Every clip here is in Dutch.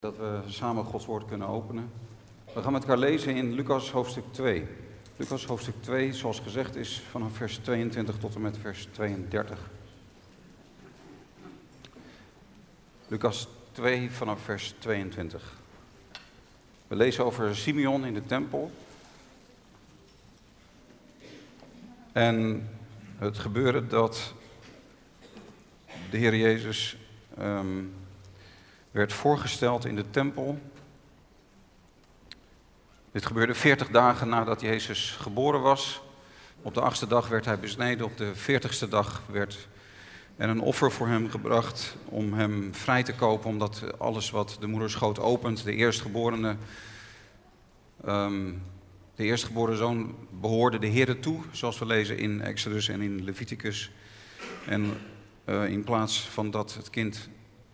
Dat we samen Gods woord kunnen openen. We gaan met elkaar lezen in Lucas hoofdstuk 2. Lucas hoofdstuk 2, zoals gezegd, is vanaf vers 22 tot en met vers 32. Lucas 2 vanaf vers 22. We lezen over Simeon in de tempel. En het gebeurde dat de Heer Jezus werd voorgesteld in de tempel. Dit gebeurde 40 dagen nadat Jezus geboren was. Op de 8e dag werd hij besneden. Op de 40ste dag werd er een offer voor hem gebracht om hem vrij te kopen. Omdat alles wat de moederschoot opent, de eerstgeboren zoon, behoorde de Heere toe. Zoals we lezen in Exodus en in Leviticus. En in plaats van dat het kind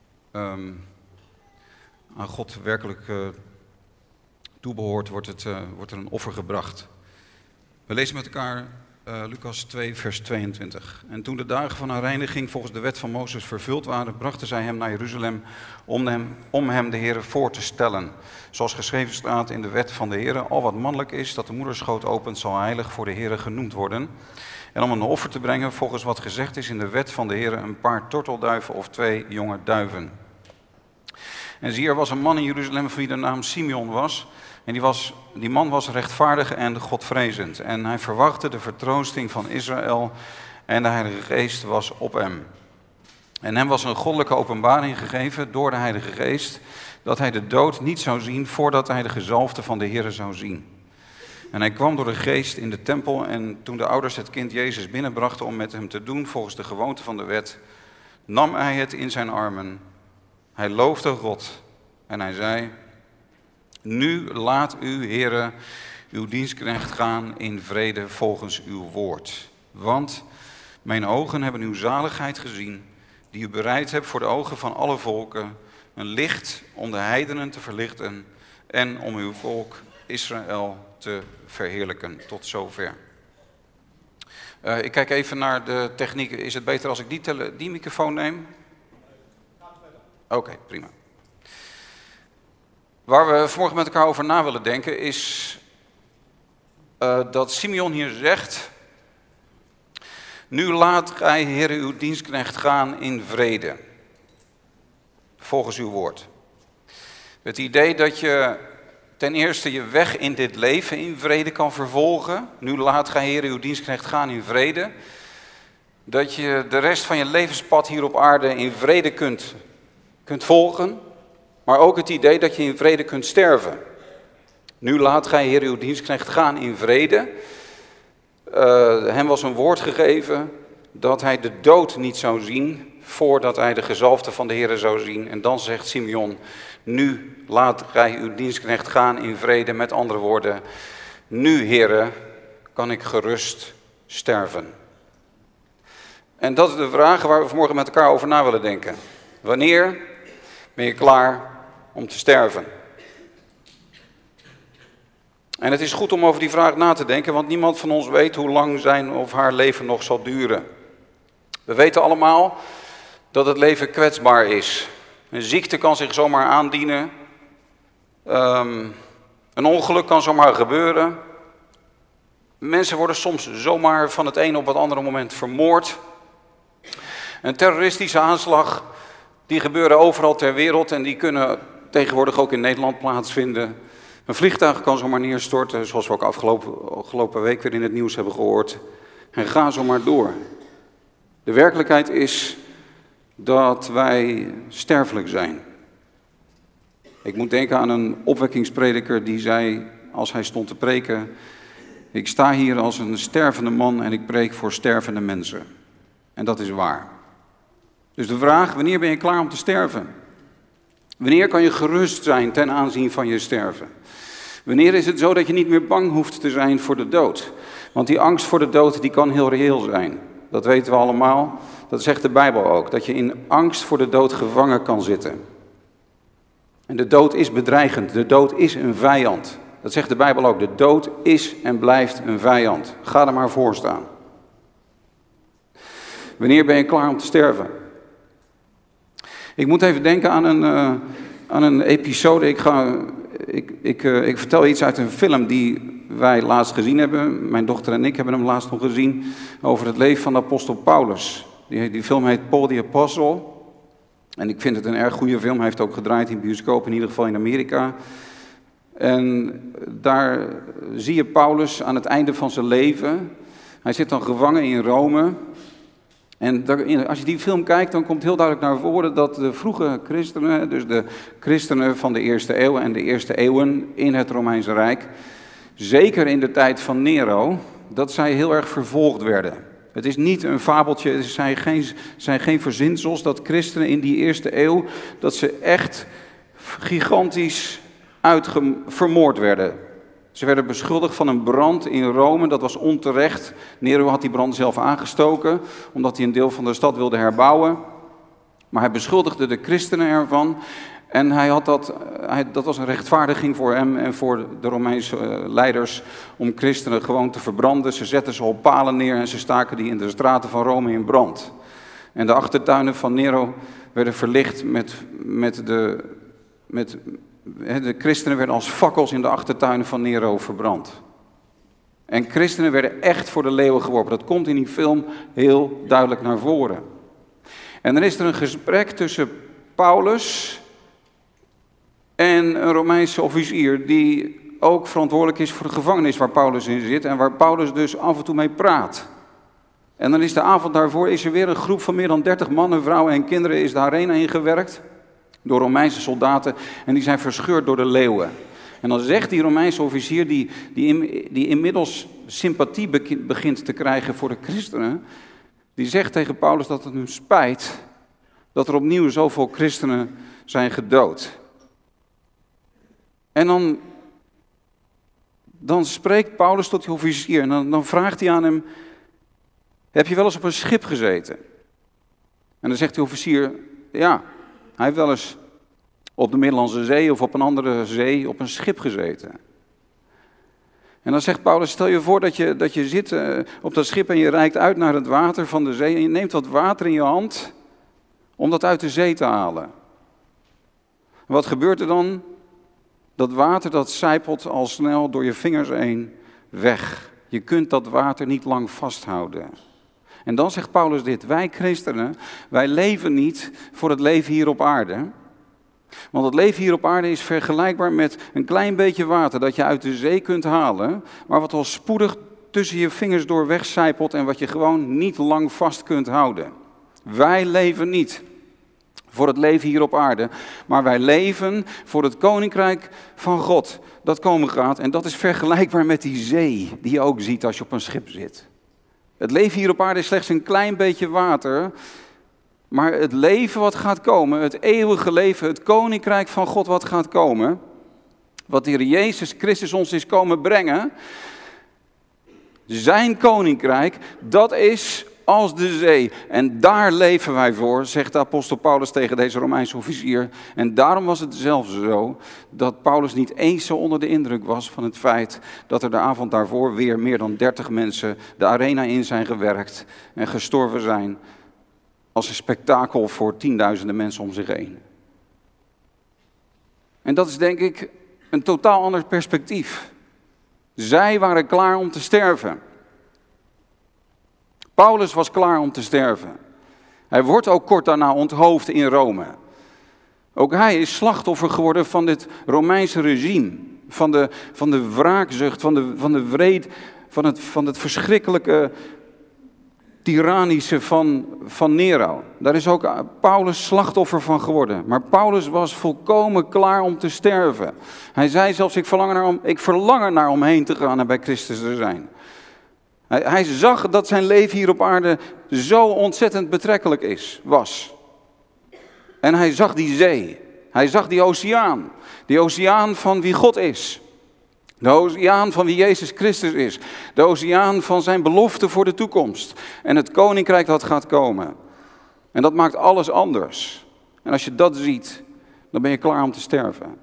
aan God werkelijk toebehoort, wordt er een offer gebracht. We lezen met elkaar Lucas 2 vers 22. En toen de dagen van haar reiniging volgens de wet van Mozes vervuld waren, brachten zij hem naar Jeruzalem om hem de Heere voor te stellen. Zoals geschreven staat in de wet van de Heere: al wat mannelijk is dat de moederschoot opent, zal heilig voor de Heere genoemd worden. En om een offer te brengen volgens wat gezegd is in de wet van de Heere, een paar tortelduiven of 2 jonge duiven. En zie, er was een man in Jeruzalem van wie de naam Simeon was. En die man was rechtvaardig en godvrezend. En hij verwachtte de vertroosting van Israël en de Heilige Geest was op hem. En hem was een goddelijke openbaring gegeven door de Heilige Geest, dat hij de dood niet zou zien voordat hij de gezalfde van de Heere zou zien. En hij kwam door de Geest in de tempel en toen de ouders het kind Jezus binnenbrachten om met hem te doen volgens de gewoonte van de wet, nam hij het in zijn armen. Hij loofde God en hij zei: nu laat u, Heere, uw dienstknecht gaan in vrede volgens uw woord. Want mijn ogen hebben uw zaligheid gezien, die u bereid hebt voor de ogen van alle volken, een licht om de heidenen te verlichten en om uw volk Israël te verheerlijken. Tot zover. Ik kijk even naar de techniek. Is het beter als ik die microfoon neem? Oké, prima. Waar we vanmorgen met elkaar over na willen denken is dat Simeon hier zegt: nu laat gij, Heere, uw dienstknecht gaan in vrede, volgens uw woord. Het idee dat je ten eerste je weg in dit leven in vrede kan vervolgen. Nu laat gij, Heere, uw dienstknecht gaan in vrede. Dat je de rest van je levenspad hier op aarde in vrede kunt volgen, maar ook het idee dat je in vrede kunt sterven. Nu laat gij, Heer, uw dienstknecht gaan in vrede. Hem was een woord gegeven dat hij de dood niet zou zien voordat hij de gezalfde van de Heer zou zien. En dan zegt Simeon: nu laat gij uw dienstknecht gaan in vrede. Met andere woorden, nu, Heer, kan ik gerust sterven. En dat is de vraag waar we vanmorgen met elkaar over na willen denken. Wanneer ben je klaar om te sterven? En het is goed om over die vraag na te denken, want niemand van ons weet hoe lang zijn of haar leven nog zal duren. We weten allemaal dat het leven kwetsbaar is. Een ziekte kan zich zomaar aandienen. Een ongeluk kan zomaar gebeuren. Mensen worden soms zomaar van het een op het andere moment vermoord. Een terroristische aanslag, die gebeuren overal ter wereld en die kunnen tegenwoordig ook in Nederland plaatsvinden. Een vliegtuig kan zomaar neerstorten, zoals we ook afgelopen week weer in het nieuws hebben gehoord. En ga zo maar door. De werkelijkheid is dat wij sterfelijk zijn. Ik moet denken aan een opwekkingsprediker die zei, als hij stond te preken: ik sta hier als een stervende man en ik preek voor stervende mensen. En dat is waar. Dus de vraag: wanneer ben je klaar om te sterven? Wanneer kan je gerust zijn ten aanzien van je sterven? Wanneer is het zo dat je niet meer bang hoeft te zijn voor de dood? Want die angst voor de dood, die kan heel reëel zijn. Dat weten we allemaal. Dat zegt de Bijbel ook. Dat je in angst voor de dood gevangen kan zitten. En de dood is bedreigend. De dood is een vijand. Dat zegt de Bijbel ook. De dood is en blijft een vijand. Ga er maar voor staan. Wanneer ben je klaar om te sterven? Ik moet even denken aan aan een episode. Ik vertel iets uit een film die wij laatst gezien hebben. Mijn dochter en ik hebben hem laatst nog gezien over het leven van de apostel Paulus. Die film heet Paul the Apostle. En ik vind het een erg goede film. Hij heeft ook gedraaid in bioscoop, in ieder geval in Amerika. En daar zie je Paulus aan het einde van zijn leven. Hij zit dan gevangen in Rome. En als je die film kijkt, dan komt heel duidelijk naar voren dat de vroege christenen, dus de christenen van de eerste eeuw en de eerste eeuwen in het Romeinse Rijk, zeker in de tijd van Nero, dat zij heel erg vervolgd werden. Het is niet een fabeltje, het zijn geen verzinsels dat christenen in die eerste eeuw, dat ze echt gigantisch vermoord werden. Ze werden beschuldigd van een brand in Rome, dat was onterecht. Nero had die brand zelf aangestoken, omdat hij een deel van de stad wilde herbouwen. Maar hij beschuldigde de christenen ervan. En dat was een rechtvaardiging voor hem en voor de Romeinse leiders om christenen gewoon te verbranden. Ze zetten ze op palen neer en ze staken die in de straten van Rome in brand. En de achtertuinen van Nero werden verlicht de christenen werden als fakkels in de achtertuinen van Nero verbrand. En christenen werden echt voor de leeuwen geworpen. Dat komt in die film heel duidelijk naar voren. En dan is er een gesprek tussen Paulus en een Romeinse officier die ook verantwoordelijk is voor de gevangenis waar Paulus in zit en waar Paulus dus af en toe mee praat. En dan is de avond daarvoor er weer een groep van meer dan 30 mannen, vrouwen en kinderen is de arena ingewerkt door Romeinse soldaten en die zijn verscheurd door de leeuwen. En dan zegt die Romeinse officier, die inmiddels sympathie begint te krijgen voor de christenen, die zegt tegen Paulus dat het hem spijt dat er opnieuw zoveel christenen zijn gedood. En dan spreekt Paulus tot die officier en dan vraagt hij aan hem, heb je wel eens op een schip gezeten? En dan zegt die officier, ja, hij heeft wel eens op de Middellandse Zee of op een andere zee op een schip gezeten. En dan zegt Paulus, stel je voor dat je zit op dat schip en je reikt uit naar het water van de zee en je neemt wat water in je hand om dat uit de zee te halen. En wat gebeurt er dan? Dat water dat sijpelt al snel door je vingers heen weg. Je kunt dat water niet lang vasthouden. En dan zegt Paulus dit, wij christenen, wij leven niet voor het leven hier op aarde. Want het leven hier op aarde is vergelijkbaar met een klein beetje water dat je uit de zee kunt halen, maar wat al spoedig tussen je vingers door wegcijpelt en wat je gewoon niet lang vast kunt houden. Wij leven niet voor het leven hier op aarde, maar wij leven voor het koninkrijk van God dat komen gaat. En dat is vergelijkbaar met die zee die je ook ziet als je op een schip zit. Het leven hier op aarde is slechts een klein beetje water, maar het leven wat gaat komen, het eeuwige leven, het koninkrijk van God wat gaat komen, wat de Heer Jezus Christus ons is komen brengen, zijn koninkrijk, dat is als de zee. En daar leven wij voor, zegt de apostel Paulus tegen deze Romeinse officier. En daarom was het zelfs zo dat Paulus niet eens zo onder de indruk was van het feit dat er de avond daarvoor weer meer dan 30 mensen de arena in zijn gewerkt en gestorven zijn als een spektakel voor tienduizenden mensen om zich heen. En dat is denk ik een totaal ander perspectief. Zij waren klaar om te sterven. Paulus was klaar om te sterven. Hij wordt ook kort daarna onthoofd in Rome. Ook hij is slachtoffer geworden van dit Romeinse regime. Van de wraakzucht, van de wreed, van het verschrikkelijke tyrannische van Nero. Daar is ook Paulus slachtoffer van geworden. Maar Paulus was volkomen klaar om te sterven. Hij zei zelfs, ik verlang er naar om heen te gaan en bij Christus te zijn. Hij zag dat zijn leven hier op aarde zo ontzettend betrekkelijk was. En hij zag die zee. Hij zag die oceaan. Die oceaan van wie God is. De oceaan van wie Jezus Christus is. De oceaan van zijn belofte voor de toekomst. En het koninkrijk dat gaat komen. En dat maakt alles anders. En als je dat ziet, dan ben je klaar om te sterven.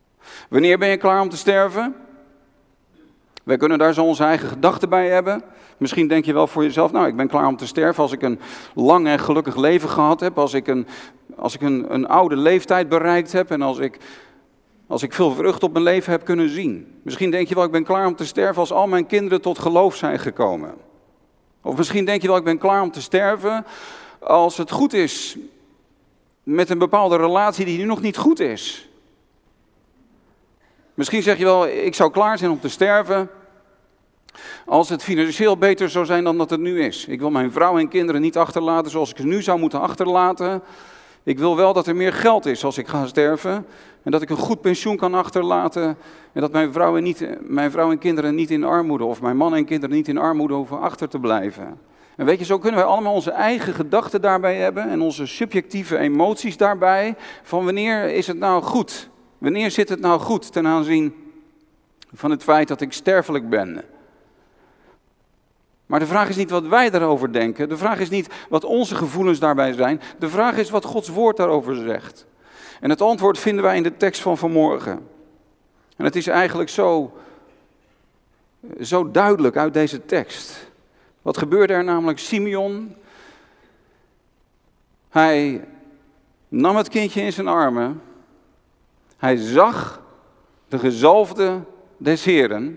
Wanneer ben je klaar om te sterven? Wij kunnen daar zo onze eigen gedachten bij hebben. Misschien denk je wel voor jezelf, nou, ik ben klaar om te sterven als ik een lang en gelukkig leven gehad heb, als ik een oude leeftijd bereikt heb en als ik veel vrucht op mijn leven heb kunnen zien. Misschien denk je wel, ik ben klaar om te sterven als al mijn kinderen tot geloof zijn gekomen. Of misschien denk je wel, ik ben klaar om te sterven als het goed is met een bepaalde relatie die nu nog niet goed is. Misschien zeg je wel, ik zou klaar zijn om te sterven als het financieel beter zou zijn dan dat het nu is. Ik wil mijn vrouw en kinderen niet achterlaten zoals ik ze nu zou moeten achterlaten. Ik wil wel dat er meer geld is als ik ga sterven. En dat ik een goed pensioen kan achterlaten. En dat mijn vrouw en kinderen niet in armoede, of mijn man en kinderen niet in armoede hoeven achter te blijven. En weet je, zo kunnen wij allemaal onze eigen gedachten daarbij hebben. En onze subjectieve emoties daarbij. Van wanneer is het nou goed? Wanneer zit het nou goed ten aanzien van het feit dat ik sterfelijk ben? Maar de vraag is niet wat wij daarover denken. De vraag is niet wat onze gevoelens daarbij zijn. De vraag is wat Gods woord daarover zegt. En het antwoord vinden wij in de tekst van vanmorgen. En het is eigenlijk zo duidelijk uit deze tekst. Wat gebeurde er namelijk? Simeon, hij nam het kindje in zijn armen. Hij zag de gezalfde des Heren.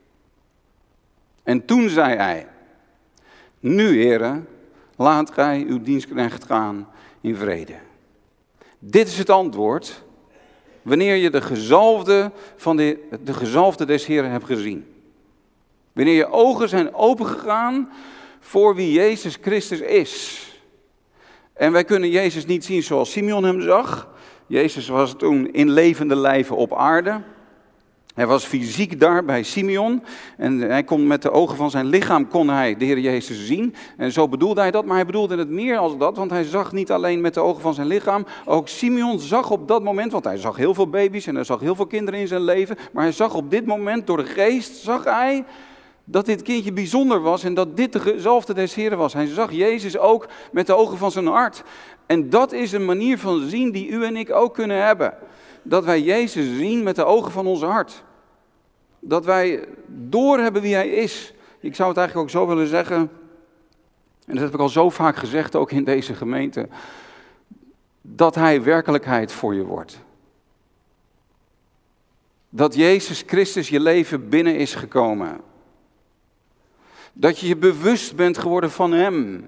En toen zei hij, nu Heere, laat gij uw dienstknecht gaan in vrede. Dit is het antwoord wanneer je de gezalfde des Heren hebt gezien. Wanneer je ogen zijn opengegaan voor wie Jezus Christus is. En wij kunnen Jezus niet zien zoals Simeon hem zag. Jezus was toen in levende lijven op aarde. Hij was fysiek daar bij Simeon en hij kon met de ogen van zijn lichaam de Heer Jezus zien. En zo bedoelde hij dat, maar hij bedoelde het meer als dat, want hij zag niet alleen met de ogen van zijn lichaam. Ook Simeon zag op dat moment, want hij zag heel veel baby's en hij zag heel veel kinderen in zijn leven. Maar hij zag op dit moment, door de geest, zag hij dat dit kindje bijzonder was en dat dit de gezalfde des Heren was. Hij zag Jezus ook met de ogen van zijn hart. En dat is een manier van zien die u en ik ook kunnen hebben. Dat wij Jezus zien met de ogen van ons hart. Dat wij doorhebben wie hij is. Ik zou het eigenlijk ook zo willen zeggen, en dat heb ik al zo vaak gezegd, ook in deze gemeente, dat hij werkelijkheid voor je wordt. Dat Jezus Christus je leven binnen is gekomen. Dat je je bewust bent geworden van hem.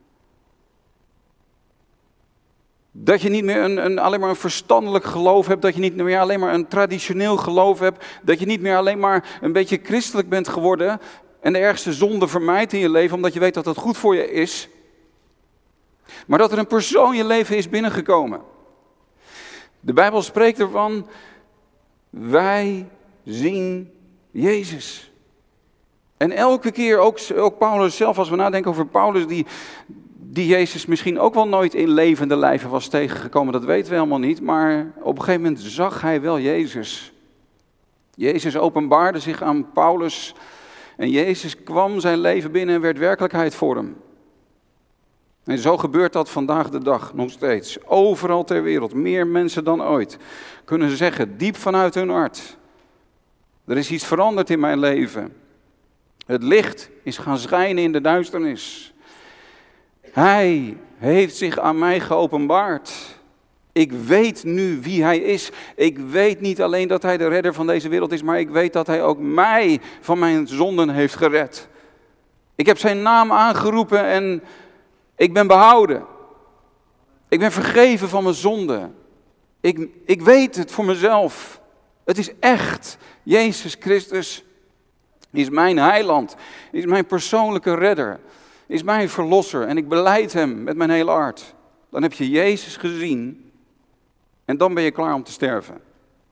Dat je niet meer alleen maar een verstandelijk geloof hebt. Dat je niet meer alleen maar een traditioneel geloof hebt. Dat je niet meer alleen maar een beetje christelijk bent geworden. En de ergste zonde vermijdt in je leven. Omdat je weet dat dat goed voor je is. Maar dat er een persoon in je leven is binnengekomen. De Bijbel spreekt ervan. Wij zien Jezus. En elke keer, ook Paulus zelf, als we nadenken over Paulus, die Jezus misschien ook wel nooit in levende lijven was tegengekomen, dat weten we helemaal niet. Maar op een gegeven moment zag hij wel Jezus. Jezus openbaarde zich aan Paulus en Jezus kwam zijn leven binnen en werd werkelijkheid voor hem. En zo gebeurt dat vandaag de dag nog steeds. Overal ter wereld, meer mensen dan ooit, kunnen zeggen, diep vanuit hun hart, er is iets veranderd in mijn leven. Het licht is gaan schijnen in de duisternis. Hij heeft zich aan mij geopenbaard. Ik weet nu wie hij is. Ik weet niet alleen dat hij de redder van deze wereld is, maar ik weet dat hij ook mij van mijn zonden heeft gered. Ik heb zijn naam aangeroepen en ik ben behouden. Ik ben vergeven van mijn zonden. Ik weet het voor mezelf. Het is echt. Jezus Christus is mijn heiland. Is mijn persoonlijke redder. Is mijn verlosser. En ik belijd hem met mijn hele hart. Dan heb je Jezus gezien. En dan ben je klaar om te sterven.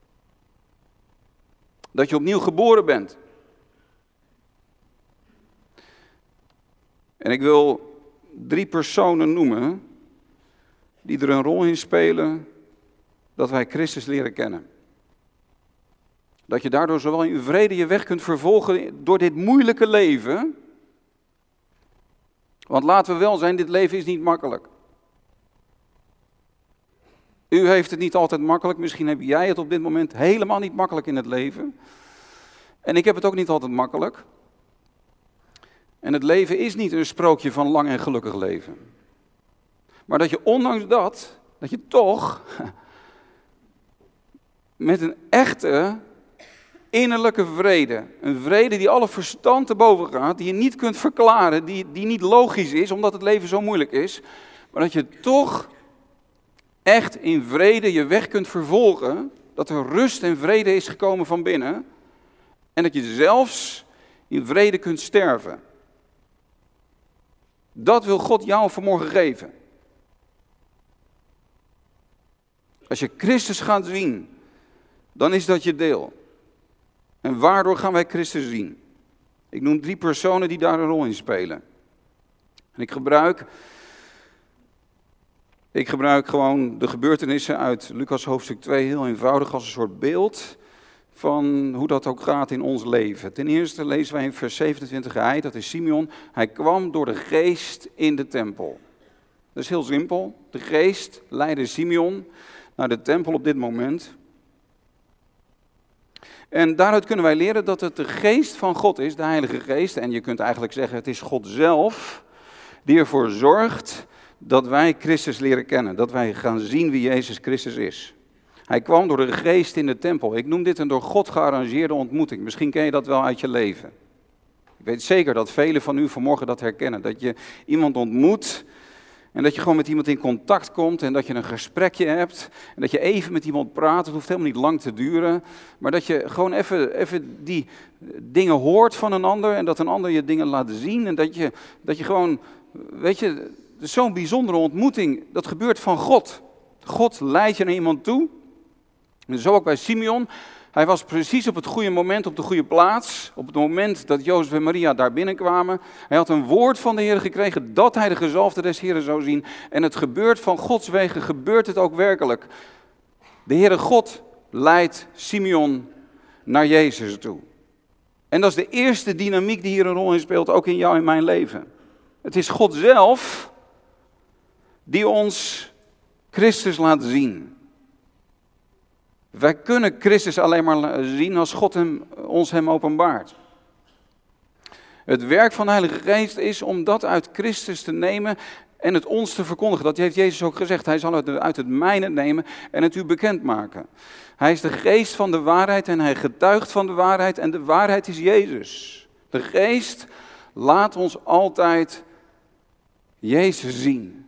Dat je opnieuw geboren bent. En ik wil 3 personen noemen die er een rol in spelen dat wij Christus leren kennen. Dat je daardoor zowel in vrede je weg kunt vervolgen door dit moeilijke leven. Want laten we wel zijn, dit leven is niet makkelijk. U heeft het niet altijd makkelijk, misschien heb jij het op dit moment helemaal niet makkelijk in het leven. En ik heb het ook niet altijd makkelijk. En het leven is niet een sprookje van lang en gelukkig leven. Maar dat je ondanks dat je toch met een echte innerlijke vrede, een vrede die alle verstand te boven gaat, die je niet kunt verklaren, die niet logisch is, omdat het leven zo moeilijk is, maar dat je toch echt in vrede je weg kunt vervolgen, dat er rust en vrede is gekomen van binnen en dat je zelfs in vrede kunt sterven. Dat wil God jou vanmorgen geven. Als je Christus gaat zien, dan is dat je deel. En waardoor gaan wij Christus zien? Ik noem 3 personen die daar een rol in spelen. En ik gebruik gewoon de gebeurtenissen uit Lucas hoofdstuk 2 heel eenvoudig als een soort beeld van hoe dat ook gaat in ons leven. Ten eerste lezen wij in vers 27, dat is Simeon, hij kwam door de geest in de tempel. Dat is heel simpel. De geest leidde Simeon naar de tempel op dit moment. En daaruit kunnen wij leren dat het de geest van God is, de Heilige Geest. En je kunt eigenlijk zeggen, het is God zelf die ervoor zorgt dat wij Christus leren kennen. Dat wij gaan zien wie Jezus Christus is. Hij kwam door de geest in de tempel. Ik noem dit een door God gearrangeerde ontmoeting. Misschien ken je dat wel uit je leven. Ik weet zeker dat velen van u vanmorgen dat herkennen. Dat je iemand ontmoet en dat je gewoon met iemand in contact komt en dat je een gesprekje hebt. En dat je even met iemand praat. Het hoeft helemaal niet lang te duren. Maar dat je gewoon even die dingen hoort van een ander en dat een ander je dingen laat zien. En dat je gewoon, weet je, zo'n bijzondere ontmoeting, dat gebeurt van God. God leidt je naar iemand toe. En zo ook bij Simeon. Hij was precies op het goede moment op de goede plaats. Op het moment dat Jozef en Maria daar binnenkwamen. Hij had een woord van de Heer gekregen dat hij de gezalfde des Heeren zou zien. En het gebeurt van Gods wegen, gebeurt het ook werkelijk. De Heere God leidt Simeon naar Jezus toe. En dat is de eerste dynamiek die hier een rol in speelt, ook in jou en mijn leven. Het is God zelf die ons Christus laat zien. Wij kunnen Christus alleen maar zien als God ons hem openbaart. Het werk van de Heilige Geest is om dat uit Christus te nemen en het ons te verkondigen. Dat heeft Jezus ook gezegd. Hij zal het uit het mijne nemen en het u bekendmaken. Hij is de geest van de waarheid en hij getuigt van de waarheid en de waarheid is Jezus. De geest laat ons altijd Jezus zien.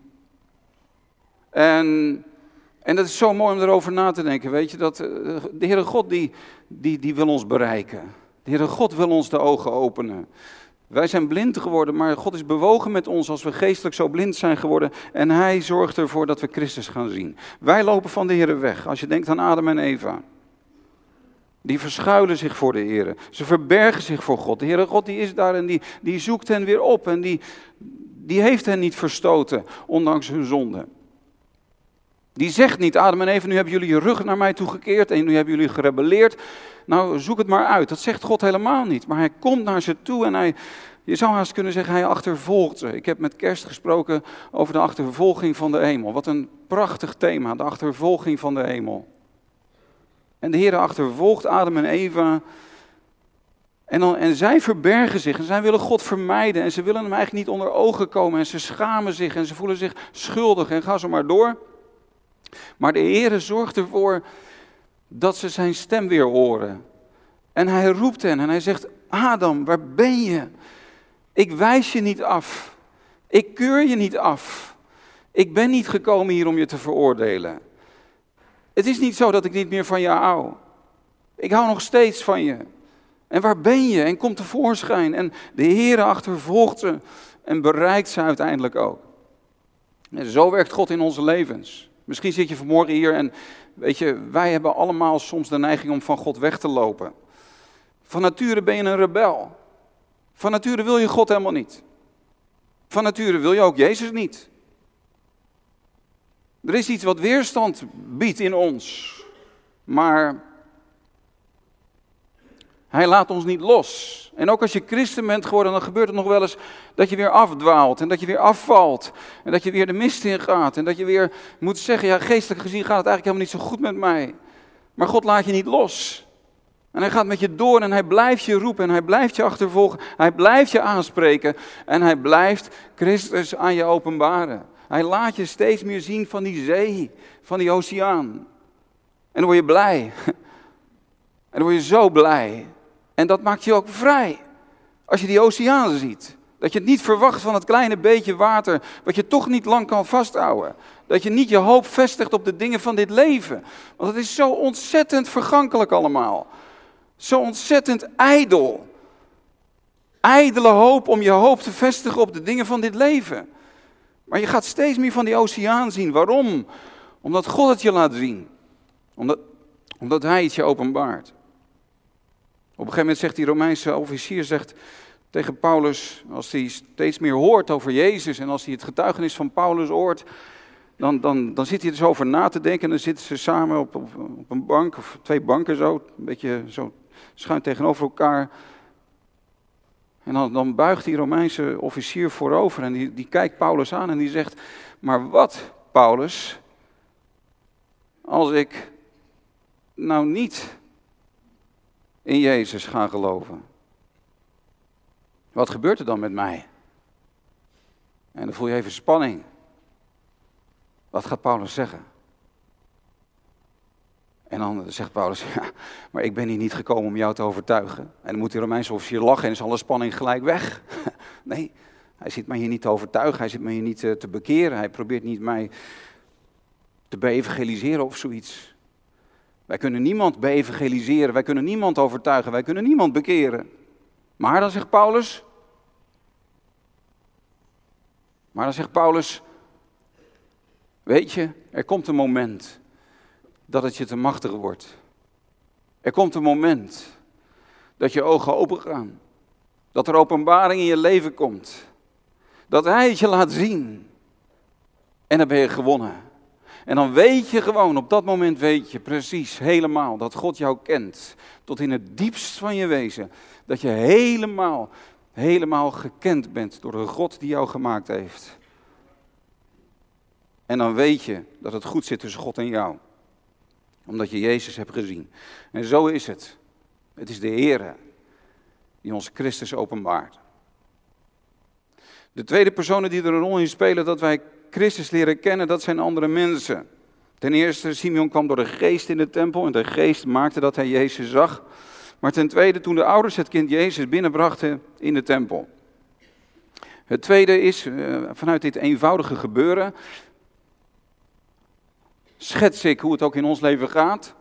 En dat is zo mooi om erover na te denken, weet je, dat de Heere God die wil ons bereiken. De Heere God wil ons de ogen openen. Wij zijn blind geworden, maar God is bewogen met ons als we geestelijk zo blind zijn geworden. En hij zorgt ervoor dat we Christus gaan zien. Wij lopen van de Heere weg. Als je denkt aan Adam en Eva. Die verschuilen zich voor de Heere. Ze verbergen zich voor God. De Heere God die is daar en die zoekt hen weer op. En die heeft hen niet verstoten, ondanks hun zonde. Die zegt niet, Adam en Eva, nu hebben jullie je rug naar mij toegekeerd en nu hebben jullie gerebelleerd. Nou, zoek het maar uit. Dat zegt God helemaal niet. Maar hij komt naar ze toe en je zou haast kunnen zeggen, hij achtervolgt ze. Ik heb met Kerst gesproken over de achtervolging van de hemel. Wat een prachtig thema, de achtervolging van de hemel. En de Heer achtervolgt Adam en Eva. En zij verbergen zich en zij willen God vermijden. En ze willen hem eigenlijk niet onder ogen komen. En ze schamen zich en ze voelen zich schuldig en ga zo maar door. Maar de Heer zorgt ervoor dat ze zijn stem weer horen. En hij roept hen en hij zegt, Adam, waar ben je? Ik wijs je niet af. Ik keur je niet af. Ik ben niet gekomen hier om je te veroordelen. Het is niet zo dat ik niet meer van je hou. Ik hou nog steeds van je. En waar ben je? En komt tevoorschijn. En de Heer achtervolgt ze en bereikt ze uiteindelijk ook. En zo werkt God in onze levens. Misschien zit je vanmorgen hier en weet je, wij hebben allemaal soms de neiging om van God weg te lopen. Van nature ben je een rebel. Van nature wil je God helemaal niet. Van nature wil je ook Jezus niet. Er is iets wat weerstand biedt in ons. Maar hij laat ons niet los. En ook als je christen bent geworden, dan gebeurt het nog wel eens dat je weer afdwaalt. En dat je weer afvalt. En dat je weer de mist in gaat. En dat je weer moet zeggen, ja, geestelijk gezien gaat het eigenlijk helemaal niet zo goed met mij. Maar God laat je niet los. En hij gaat met je door en hij blijft je roepen en hij blijft je achtervolgen. Hij blijft je aanspreken en hij blijft Christus aan je openbaren. Hij laat je steeds meer zien van die zee, van die oceaan. En dan word je blij. En dan word je zo blij. En dat maakt je ook vrij. Als je die oceaan ziet. Dat je het niet verwacht van het kleine beetje water, wat je toch niet lang kan vasthouden. Dat je niet je hoop vestigt op de dingen van dit leven. Want het is zo ontzettend vergankelijk allemaal. Zo ontzettend ijdel. Ijdele hoop om je hoop te vestigen op de dingen van dit leven. Maar je gaat steeds meer van die oceaan zien. Waarom? Omdat God het je laat zien. Omdat Hij het je openbaart. Op een gegeven moment zegt die Romeinse officier tegen Paulus, als hij steeds meer hoort over Jezus en als hij het getuigenis van Paulus hoort, dan zit hij er zo over na te denken en dan zitten ze samen op een bank, of 2 banken zo, een beetje zo schuin tegenover elkaar. En dan buigt die Romeinse officier voorover en die kijkt Paulus aan en die zegt, maar wat, Paulus, als ik nou niet in Jezus ga geloven? Wat gebeurt er dan met mij? En dan voel je even spanning. Wat gaat Paulus zeggen? En dan zegt Paulus, ja, maar ik ben hier niet gekomen om jou te overtuigen. En dan moet die Romeinse officier lachen en is alle spanning gelijk weg. Nee, hij zit mij hier niet te overtuigen, hij zit mij hier niet te bekeren. Hij probeert niet mij te beëvangeliseren of zoiets. Wij kunnen niemand beëvangeliseren, wij kunnen niemand overtuigen, wij kunnen niemand bekeren. Maar dan zegt Paulus, weet je, er komt een moment dat het je te machtig wordt. Er komt een moment dat je ogen open gaan. Dat er openbaring in je leven komt. Dat Hij het je laat zien. En dan ben je gewonnen. En dan weet je gewoon, op dat moment weet je precies helemaal dat God jou kent. Tot in het diepst van je wezen. Dat je helemaal gekend bent door de God die jou gemaakt heeft. En dan weet je dat het goed zit tussen God en jou. Omdat je Jezus hebt gezien. En zo is het. Het is de Heere die ons Christus openbaart. De tweede personen die er een rol in spelen dat wij Christus leren kennen, dat zijn andere mensen. Ten eerste, Simeon kwam door de geest in de tempel en de geest maakte dat hij Jezus zag. Maar ten tweede, toen de ouders het kind Jezus binnenbrachten in de tempel. Het tweede is, vanuit dit eenvoudige gebeuren, schets ik hoe het ook in ons leven gaat.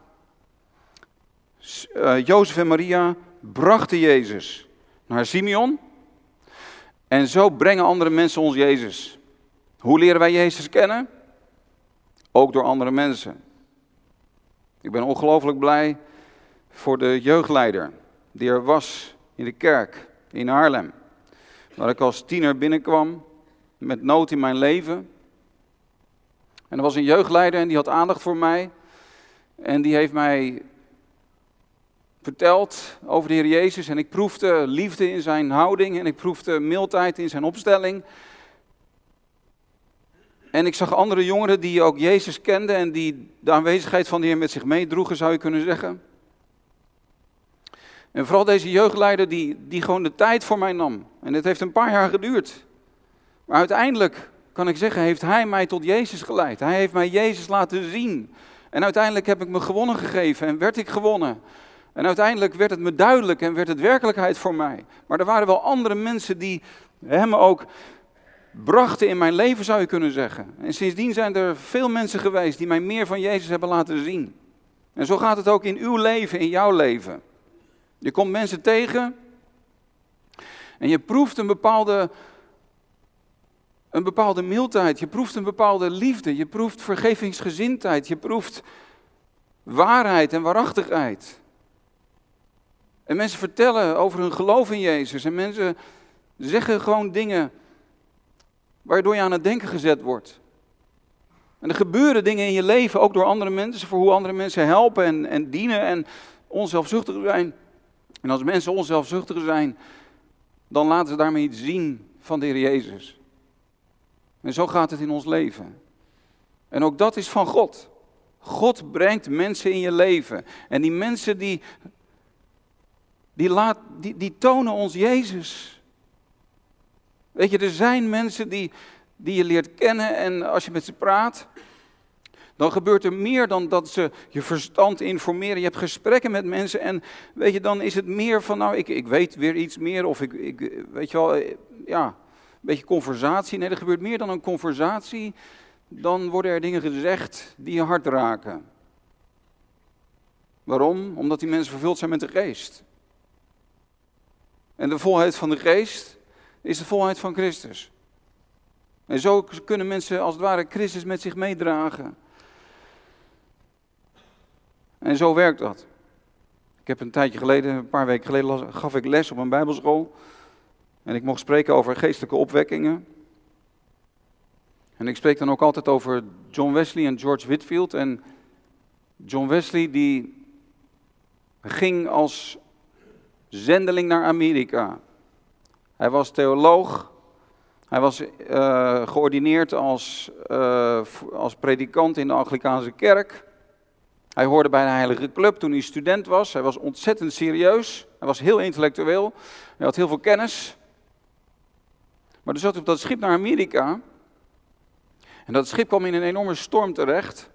Jozef en Maria brachten Jezus naar Simeon. En zo brengen andere mensen ons Jezus. Hoe leren wij Jezus kennen? Ook door andere mensen. Ik ben ongelooflijk blij voor de jeugdleider die er was in de kerk in Haarlem. Waar ik als tiener binnenkwam met nood in mijn leven. En er was een jeugdleider en die had aandacht voor mij. En die heeft mij verteld over de Heer Jezus. En ik proefde liefde in zijn houding en ik proefde mildheid in zijn opstelling. En ik zag andere jongeren die ook Jezus kenden en die de aanwezigheid van de Heer met zich meedroegen, zou je kunnen zeggen. En vooral deze jeugdleider die gewoon de tijd voor mij nam. En het heeft een paar jaar geduurd. Maar uiteindelijk, kan ik zeggen, heeft hij mij tot Jezus geleid. Hij heeft mij Jezus laten zien. En uiteindelijk heb ik me gewonnen gegeven en werd ik gewonnen. En uiteindelijk werd het me duidelijk en werd het werkelijkheid voor mij. Maar er waren wel andere mensen die hem ook brachten in mijn leven, zou je kunnen zeggen. En sindsdien zijn er veel mensen geweest die mij meer van Jezus hebben laten zien. En zo gaat het ook in uw leven, in jouw leven. Je komt mensen tegen en je proeft een bepaalde mildheid, je proeft een bepaalde liefde, je proeft vergevingsgezindheid, je proeft waarheid en waarachtigheid. En mensen vertellen over hun geloof in Jezus en mensen zeggen gewoon dingen waardoor je aan het denken gezet wordt. En er gebeuren dingen in je leven, ook door andere mensen, voor hoe andere mensen helpen en dienen en onzelfzuchtig zijn. En als mensen onzelfzuchtig zijn, dan laten ze daarmee iets zien van de Heer Jezus. En zo gaat het in ons leven. En ook dat is van God. God brengt mensen in je leven. En die mensen die tonen ons Jezus. Weet je, er zijn mensen die je leert kennen en als je met ze praat, dan gebeurt er meer dan dat ze je verstand informeren. Je hebt gesprekken met mensen en weet je, dan is het meer van, nou, ik weet weer iets meer of ik weet je wel, ja, een beetje conversatie. Nee, er gebeurt meer dan een conversatie. Dan worden er dingen gezegd die je hart raken. Waarom? Omdat die mensen vervuld zijn met de geest. En de volheid van de geest is de volheid van Christus. En zo kunnen mensen als het ware Christus met zich meedragen. En zo werkt dat. Ik heb een paar weken geleden, gaf ik les op een bijbelschool. En ik mocht spreken over geestelijke opwekkingen. En ik spreek dan ook altijd over John Wesley en George Whitefield. En John Wesley die ging als zendeling naar Amerika. Hij was theoloog. Hij was geordineerd als predikant in de Anglicaanse kerk. Hij hoorde bij de Heilige Club toen hij student was. Hij was ontzettend serieus. Hij was heel intellectueel. Hij had heel veel kennis. Maar er zat op dat schip naar Amerika. En dat schip kwam in een enorme storm terecht.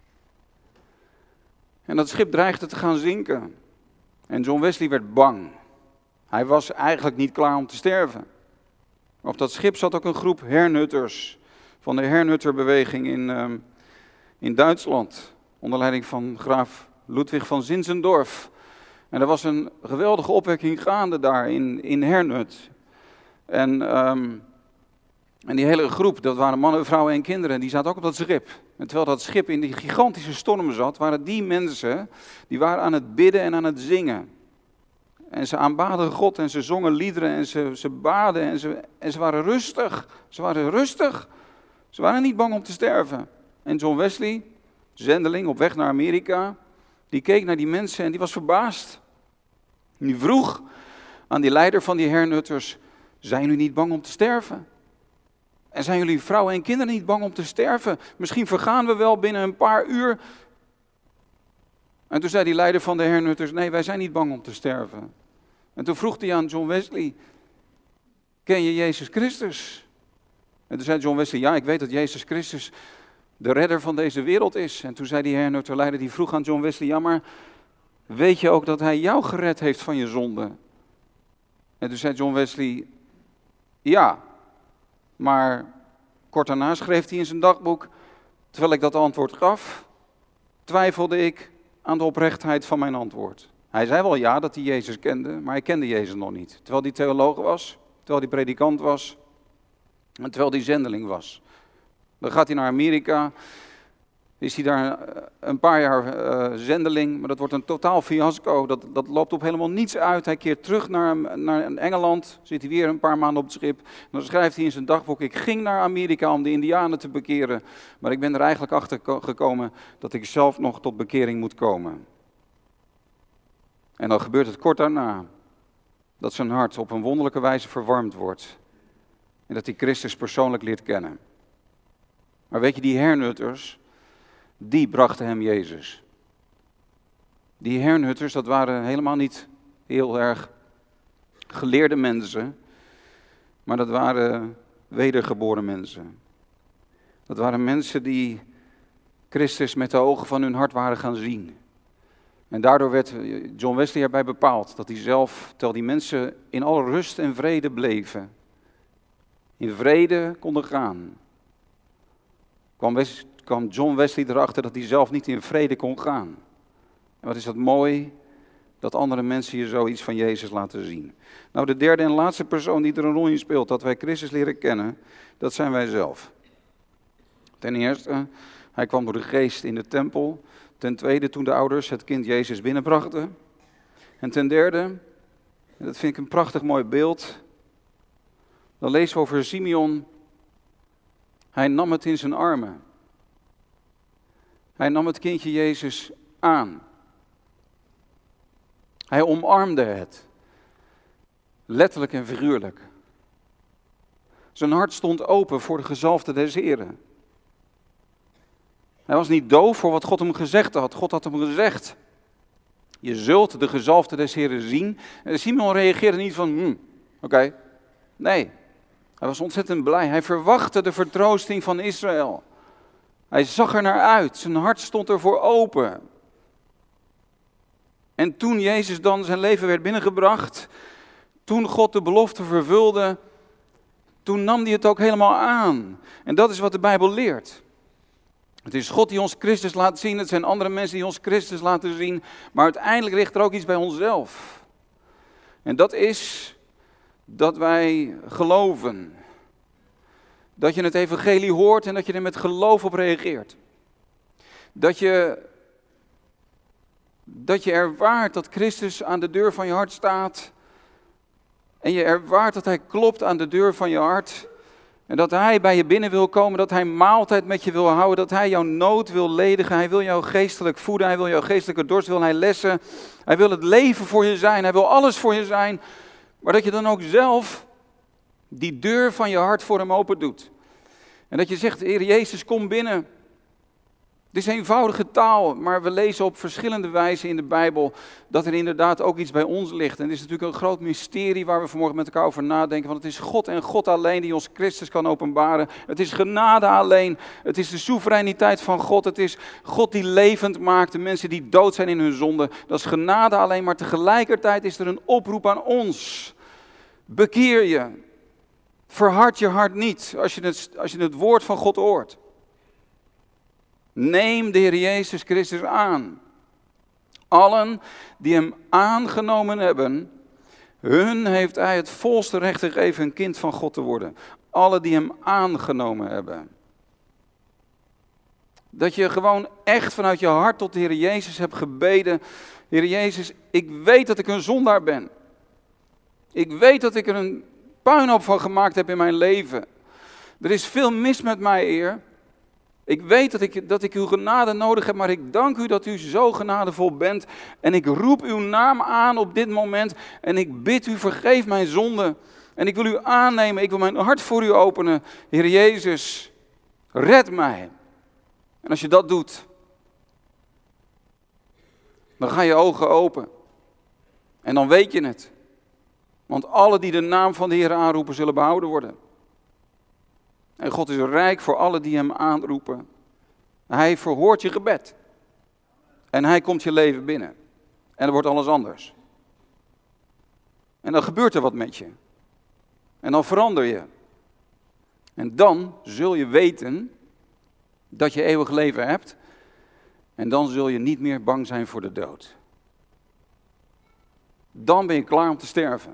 En dat schip dreigde te gaan zinken. En John Wesley werd bang. Hij was eigenlijk niet klaar om te sterven. Op dat schip zat ook een groep hernutters. Van de hernutterbeweging in Duitsland. Onder leiding van graaf Ludwig van Zinzendorf. En er was een geweldige opwekking gaande daar in Hernut. En die hele groep, dat waren mannen, vrouwen en kinderen, die zaten ook op dat schip. En terwijl dat schip in die gigantische storm zat, waren die mensen, die waren aan het bidden en aan het zingen. En ze aanbaden God en ze zongen liederen en ze baden en ze waren rustig. Ze waren rustig. Ze waren niet bang om te sterven. En John Wesley, zendeling op weg naar Amerika, die keek naar die mensen en die was verbaasd. En die vroeg aan die leider van die hernutters, zijn jullie niet bang om te sterven? En zijn jullie vrouwen en kinderen niet bang om te sterven? Misschien vergaan we wel binnen een paar uur. En toen zei die leider van de hernutters, nee, wij zijn niet bang om te sterven. En toen vroeg hij aan John Wesley, ken je Jezus Christus? En toen zei John Wesley, ja, ik weet dat Jezus Christus de redder van deze wereld is. En toen zei die hernutterleider, die vroeg aan John Wesley, ja, maar weet je ook dat hij jou gered heeft van je zonde? En toen zei John Wesley, ja, maar kort daarna schreef hij in zijn dagboek, terwijl ik dat antwoord gaf, twijfelde ik aan de oprechtheid van mijn antwoord. Hij zei wel ja dat hij Jezus kende, maar hij kende Jezus nog niet. Terwijl hij theoloog was, terwijl hij predikant was en terwijl hij zendeling was. Dan gaat hij naar Amerika, is hij daar een paar jaar zendeling, maar dat wordt een totaal fiasco. Dat loopt op helemaal niets uit. Hij keert terug naar Engeland, zit hij weer een paar maanden op het schip. En dan schrijft hij in zijn dagboek, ik ging naar Amerika om de Indianen te bekeren, maar ik ben er eigenlijk achter gekomen dat ik zelf nog tot bekering moet komen. En dan gebeurt het kort daarna, dat zijn hart op een wonderlijke wijze verwarmd wordt. En dat hij Christus persoonlijk leert kennen. Maar weet je, die hernutters, die brachten hem Jezus. Die hernutters, dat waren helemaal niet heel erg geleerde mensen, maar dat waren wedergeboren mensen. Dat waren mensen die Christus met de ogen van hun hart waren gaan zien. En daardoor werd John Wesley erbij bepaald dat hij zelf, terwijl die mensen in alle rust en vrede bleven, in vrede konden gaan, kwam John Wesley erachter dat hij zelf niet in vrede kon gaan. En wat is dat mooi, dat andere mensen je zoiets van Jezus laten zien. Nou, de derde en laatste persoon die er een rol in speelt, dat wij Christus leren kennen, dat zijn wij zelf. Ten eerste, hij kwam door de geest in de tempel. Ten tweede, toen de ouders het kind Jezus binnenbrachten. En ten derde, en dat vind ik een prachtig mooi beeld, dan lezen we over Simeon. Hij nam het in zijn armen. Hij nam het kindje Jezus aan. Hij omarmde het. Letterlijk en figuurlijk. Zijn hart stond open voor de gezalfde des Heren. Hij was niet doof voor wat God hem gezegd had. God had hem gezegd, Je zult de gezalfde des Heren zien. En Simeon reageerde niet van, oké. Nee, hij was ontzettend blij. Hij verwachtte de vertroosting van Israël. Hij zag er naar uit. Zijn hart stond ervoor open. En toen Jezus dan zijn leven werd binnengebracht, toen God de belofte vervulde, toen nam hij het ook helemaal aan. En dat is wat de Bijbel leert. Het is God die ons Christus laat zien, het zijn andere mensen die ons Christus laten zien, maar uiteindelijk ligt er ook iets bij onszelf. En dat is dat wij geloven. Dat je het evangelie hoort en dat je er met geloof op reageert. Dat je ervaart dat Christus aan de deur van je hart staat. En je ervaart dat hij klopt aan de deur van je hart. En dat hij bij je binnen wil komen, dat hij maaltijd met je wil houden, dat hij jouw nood wil ledigen. Hij wil jou geestelijk voeden, hij wil jouw geestelijke dorst, wil hij lessen. Hij wil het leven voor je zijn, hij wil alles voor je zijn. Maar dat je dan ook zelf die deur van je hart voor hem open doet. En dat je zegt, Heer Jezus, kom binnen. Het is eenvoudige taal, maar we lezen op verschillende wijzen in de Bijbel dat er inderdaad ook iets bij ons ligt. En het is natuurlijk een groot mysterie waar we vanmorgen met elkaar over nadenken. Want het is God en God alleen die ons Christus kan openbaren. Het is genade alleen. Het is de soevereiniteit van God. Het is God die levend maakt, de mensen die dood zijn in hun zonde. Dat is genade alleen, maar tegelijkertijd is er een oproep aan ons. Bekeer je. Verhard je hart niet als je het woord van God hoort. Neem de Heer Jezus Christus aan. Allen die hem aangenomen hebben, hun heeft hij het volste recht gegeven een kind van God te worden. Allen die hem aangenomen hebben. Dat je gewoon echt vanuit je hart tot de Heer Jezus hebt gebeden. Heer Jezus, ik weet dat ik een zondaar ben. Ik weet dat ik er een puinhoop van gemaakt heb in mijn leven. Er is veel mis met mij, Heer. Ik weet dat ik uw genade nodig heb, maar ik dank u dat u zo genadevol bent. En ik roep uw naam aan op dit moment en ik bid u, vergeef mijn zonde. En ik wil u aannemen, ik wil mijn hart voor u openen. Heer Jezus, red mij. En als je dat doet, dan gaan je ogen open. En dan weet je het. Want alle die de naam van de Heer aanroepen zullen behouden worden. En God is rijk voor alle die hem aanroepen. Hij verhoort je gebed. En hij komt je leven binnen. En dan wordt alles anders. En dan gebeurt er wat met je. En dan verander je. En dan zul je weten dat je eeuwig leven hebt. En dan zul je niet meer bang zijn voor de dood. Dan ben je klaar om te sterven.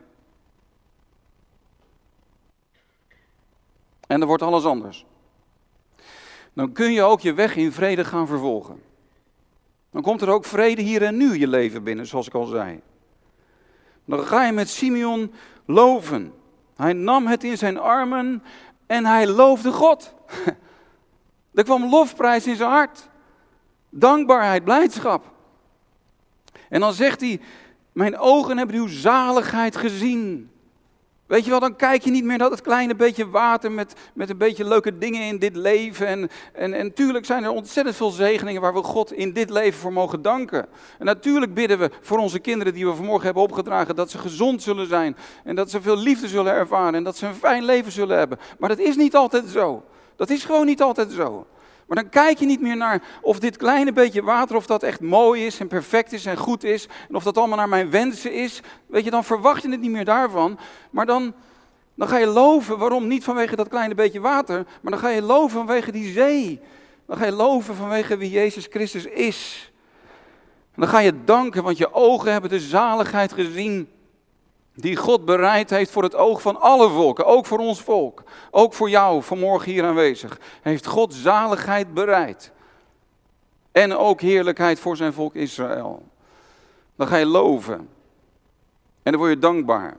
En dan wordt alles anders. Dan kun je ook je weg in vrede gaan vervolgen. Dan komt er ook vrede hier en nu je leven binnen, zoals ik al zei. Dan ga je met Simeon loven. Hij nam het in zijn armen en hij loofde God. Er kwam lofprijs in zijn hart. Dankbaarheid, blijdschap. En dan zegt hij, mijn ogen hebben uw zaligheid gezien. Weet je wel, dan kijk je niet meer naar dat kleine beetje water met een beetje leuke dingen in dit leven. En natuurlijk zijn er ontzettend veel zegeningen waar we God in dit leven voor mogen danken. En natuurlijk bidden we voor onze kinderen die we vanmorgen hebben opgedragen, dat ze gezond zullen zijn. En dat ze veel liefde zullen ervaren en dat ze een fijn leven zullen hebben. Maar dat is niet altijd zo. Dat is gewoon niet altijd zo. Maar dan kijk je niet meer naar of dit kleine beetje water, of dat echt mooi is en perfect is en goed is. En of dat allemaal naar mijn wensen is. Weet je, dan verwacht je het niet meer daarvan. Maar dan ga je loven. Waarom? Niet vanwege dat kleine beetje water. Maar dan ga je loven vanwege die zee. Dan ga je loven vanwege wie Jezus Christus is. En dan ga je danken, want je ogen hebben de zaligheid gezien die God bereid heeft voor het oog van alle volken, ook voor ons volk. Ook voor jou, vanmorgen hier aanwezig. Heeft God zaligheid bereid. En ook heerlijkheid voor zijn volk Israël. Dan ga je loven. En dan word je dankbaar.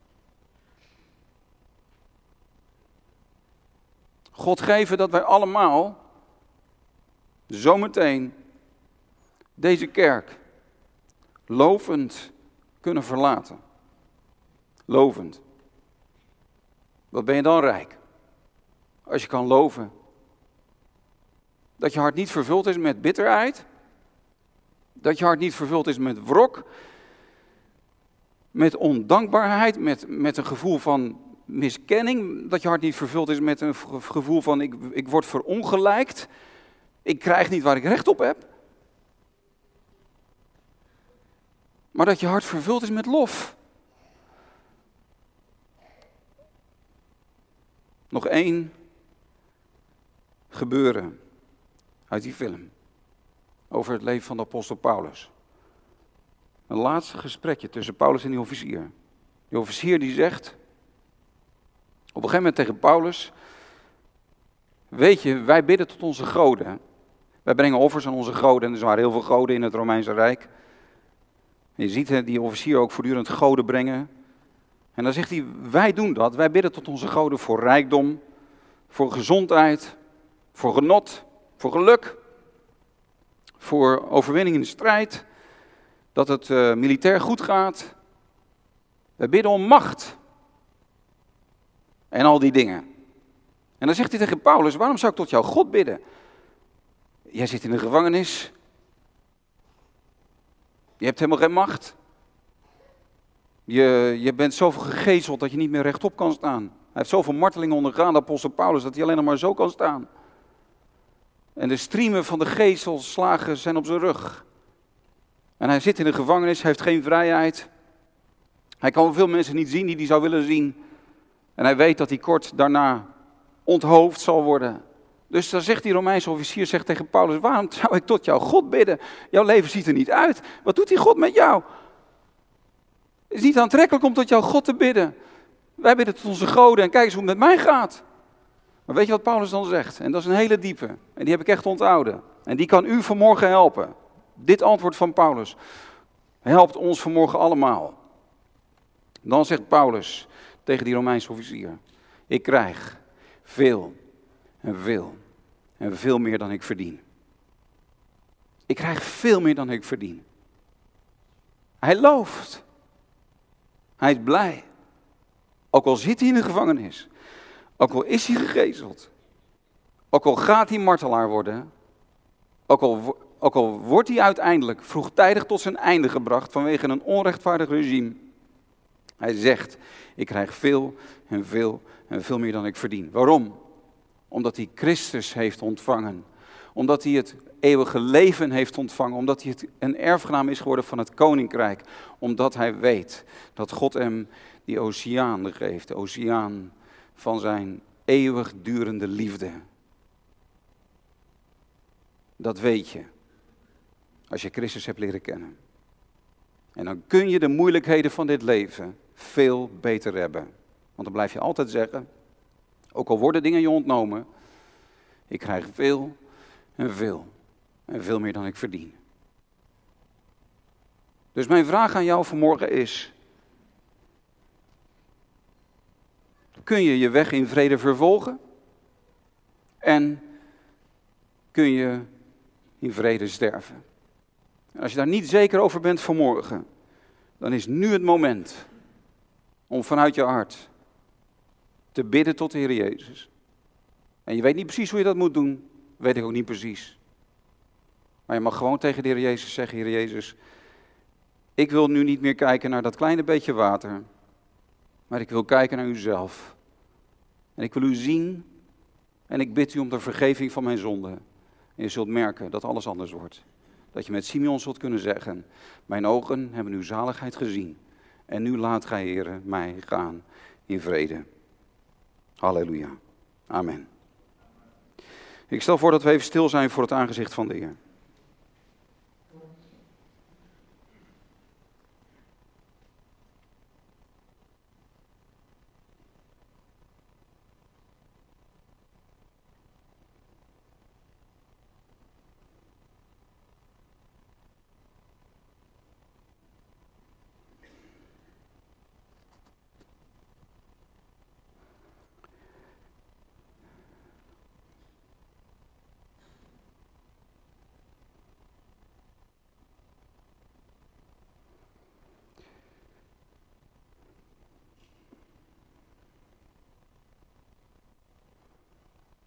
God geven dat wij allemaal zometeen deze kerk lovend kunnen verlaten. Lovend. Wat ben je dan rijk? Als je kan loven. Dat je hart niet vervuld is met bitterheid. Dat je hart niet vervuld is met wrok, met ondankbaarheid, met een gevoel van miskenning. Dat je hart niet vervuld is met een gevoel van ik word verongelijkt. Ik krijg niet waar ik recht op heb. Maar dat je hart vervuld is met lof. Nog één gebeuren uit die film. Over het leven van de apostel Paulus. Een laatste gesprekje tussen Paulus en die officier. Die officier die zegt op een gegeven moment tegen Paulus: weet je, wij bidden tot onze goden. Wij brengen offers aan onze goden. En er waren heel veel goden in het Romeinse Rijk. En je ziet die officier ook voortdurend goden brengen. En dan zegt hij, wij doen dat. Wij bidden tot onze goden voor rijkdom, voor gezondheid, voor genot, voor geluk, voor overwinning in de strijd, dat het militair goed gaat. Wij bidden om macht. En al die dingen. En dan zegt hij tegen Paulus, waarom zou ik tot jouw God bidden? Jij zit in de gevangenis. Je hebt helemaal geen macht. Je bent zoveel gegezeld dat je niet meer rechtop kan staan. Hij heeft zoveel martelingen ondergaan, de apostel Paulus, dat hij alleen nog maar zo kan staan. En de striemen van de gezelslagen zijn op zijn rug. En hij zit in de gevangenis, hij heeft geen vrijheid. Hij kan veel mensen niet zien die hij zou willen zien. En hij weet dat hij kort daarna onthoofd zal worden. Dus dan zegt die Romeinse officier tegen Paulus, waarom zou ik tot jouw God bidden? Jouw leven ziet er niet uit. Wat doet die God met jou? Het is niet aantrekkelijk om tot jouw God te bidden. Wij bidden tot onze goden en kijk eens hoe het met mij gaat. Maar weet je wat Paulus dan zegt? En dat is een hele diepe. En die heb ik echt onthouden. En die kan u vanmorgen helpen. Dit antwoord van Paulus helpt ons vanmorgen allemaal. Dan zegt Paulus tegen die Romeinse officier: ik krijg veel en veel en veel meer dan ik verdien. Ik krijg veel meer dan ik verdien. Hij looft. Hij is blij. Ook al zit hij in de gevangenis. Ook al is hij gegezeld. Ook al gaat hij martelaar worden. Ook al wordt hij uiteindelijk vroegtijdig tot zijn einde gebracht vanwege een onrechtvaardig regime. Hij zegt, ik krijg veel en veel en veel meer dan ik verdien. Waarom? Omdat hij Christus heeft ontvangen. Omdat hij het eeuwige leven heeft ontvangen. Omdat hij een erfgenaam is geworden van het koninkrijk. Omdat hij weet dat God hem die oceaan geeft. De oceaan van zijn eeuwigdurende liefde. Dat weet je. Als je Christus hebt leren kennen. En dan kun je de moeilijkheden van dit leven veel beter hebben. Want dan blijf je altijd zeggen, ook al worden dingen je ontnomen, ik krijg veel en veel en veel meer dan ik verdien. Dus mijn vraag aan jou vanmorgen is, kun je je weg in vrede vervolgen? En kun je in vrede sterven? En als je daar niet zeker over bent vanmorgen, dan is nu het moment om vanuit je hart te bidden tot de Heer Jezus. En je weet niet precies hoe je dat moet doen, weet ik ook niet precies. Maar je mag gewoon tegen de Heer Jezus zeggen, Heer Jezus, ik wil nu niet meer kijken naar dat kleine beetje water, maar ik wil kijken naar uzelf. En ik wil u zien en ik bid u om de vergeving van mijn zonden. En je zult merken dat alles anders wordt. Dat je met Simeon zult kunnen zeggen, mijn ogen hebben uw zaligheid gezien. En nu laat gij, Heere, mij gaan in vrede. Halleluja. Amen. Ik stel voor dat we even stil zijn voor het aangezicht van de Heer.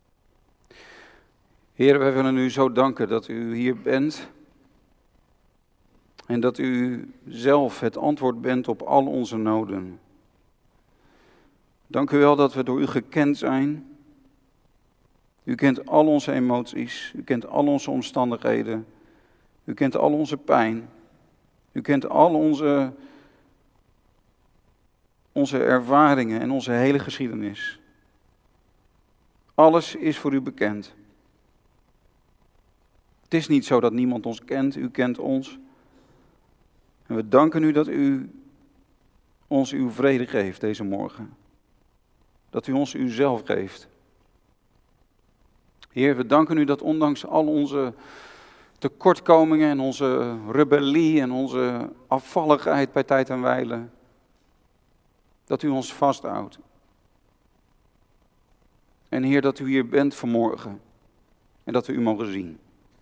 Heer, wij willen u zo danken dat u hier bent. En dat u zelf het antwoord bent op al onze noden. Dank u wel dat we door u gekend zijn. U kent al onze emoties, u kent al onze omstandigheden, u kent al onze pijn, u kent al onze ervaringen en onze hele geschiedenis. Alles is voor u bekend. Het is niet zo dat niemand ons kent, u kent ons. En we danken u dat u ons uw vrede geeft deze morgen. Dat u ons uzelf geeft. Heer, we danken u dat ondanks al onze tekortkomingen en onze rebellie en onze afvalligheid bij tijd en wijle, dat u ons vasthoudt. En Heer, dat u hier bent vanmorgen en dat we u mogen zien.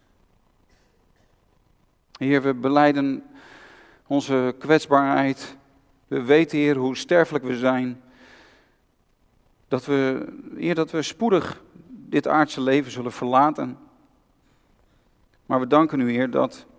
Heer, we belijden onze kwetsbaarheid. We weten, Heer, hoe sterfelijk we zijn. Dat we spoedig dit aardse leven zullen verlaten. Maar we danken u, Heer,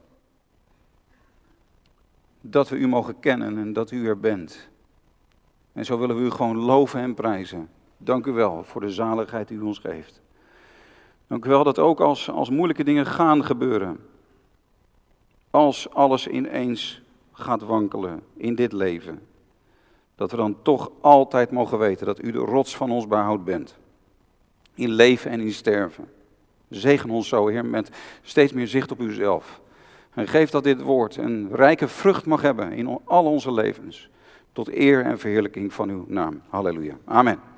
dat we u mogen kennen en dat u er bent. En zo willen we u gewoon loven en prijzen. Dank u wel voor de zaligheid die u ons geeft. Dank u wel dat ook als moeilijke dingen gaan gebeuren, als alles ineens gaat wankelen in dit leven, dat we dan toch altijd mogen weten dat u de rots van ons behoud bent. In leven en in sterven. Zegen ons zo, Heer, met steeds meer zicht op uzelf. En geef dat dit woord een rijke vrucht mag hebben in al onze levens. Tot eer en verheerlijking van uw naam. Halleluja. Amen.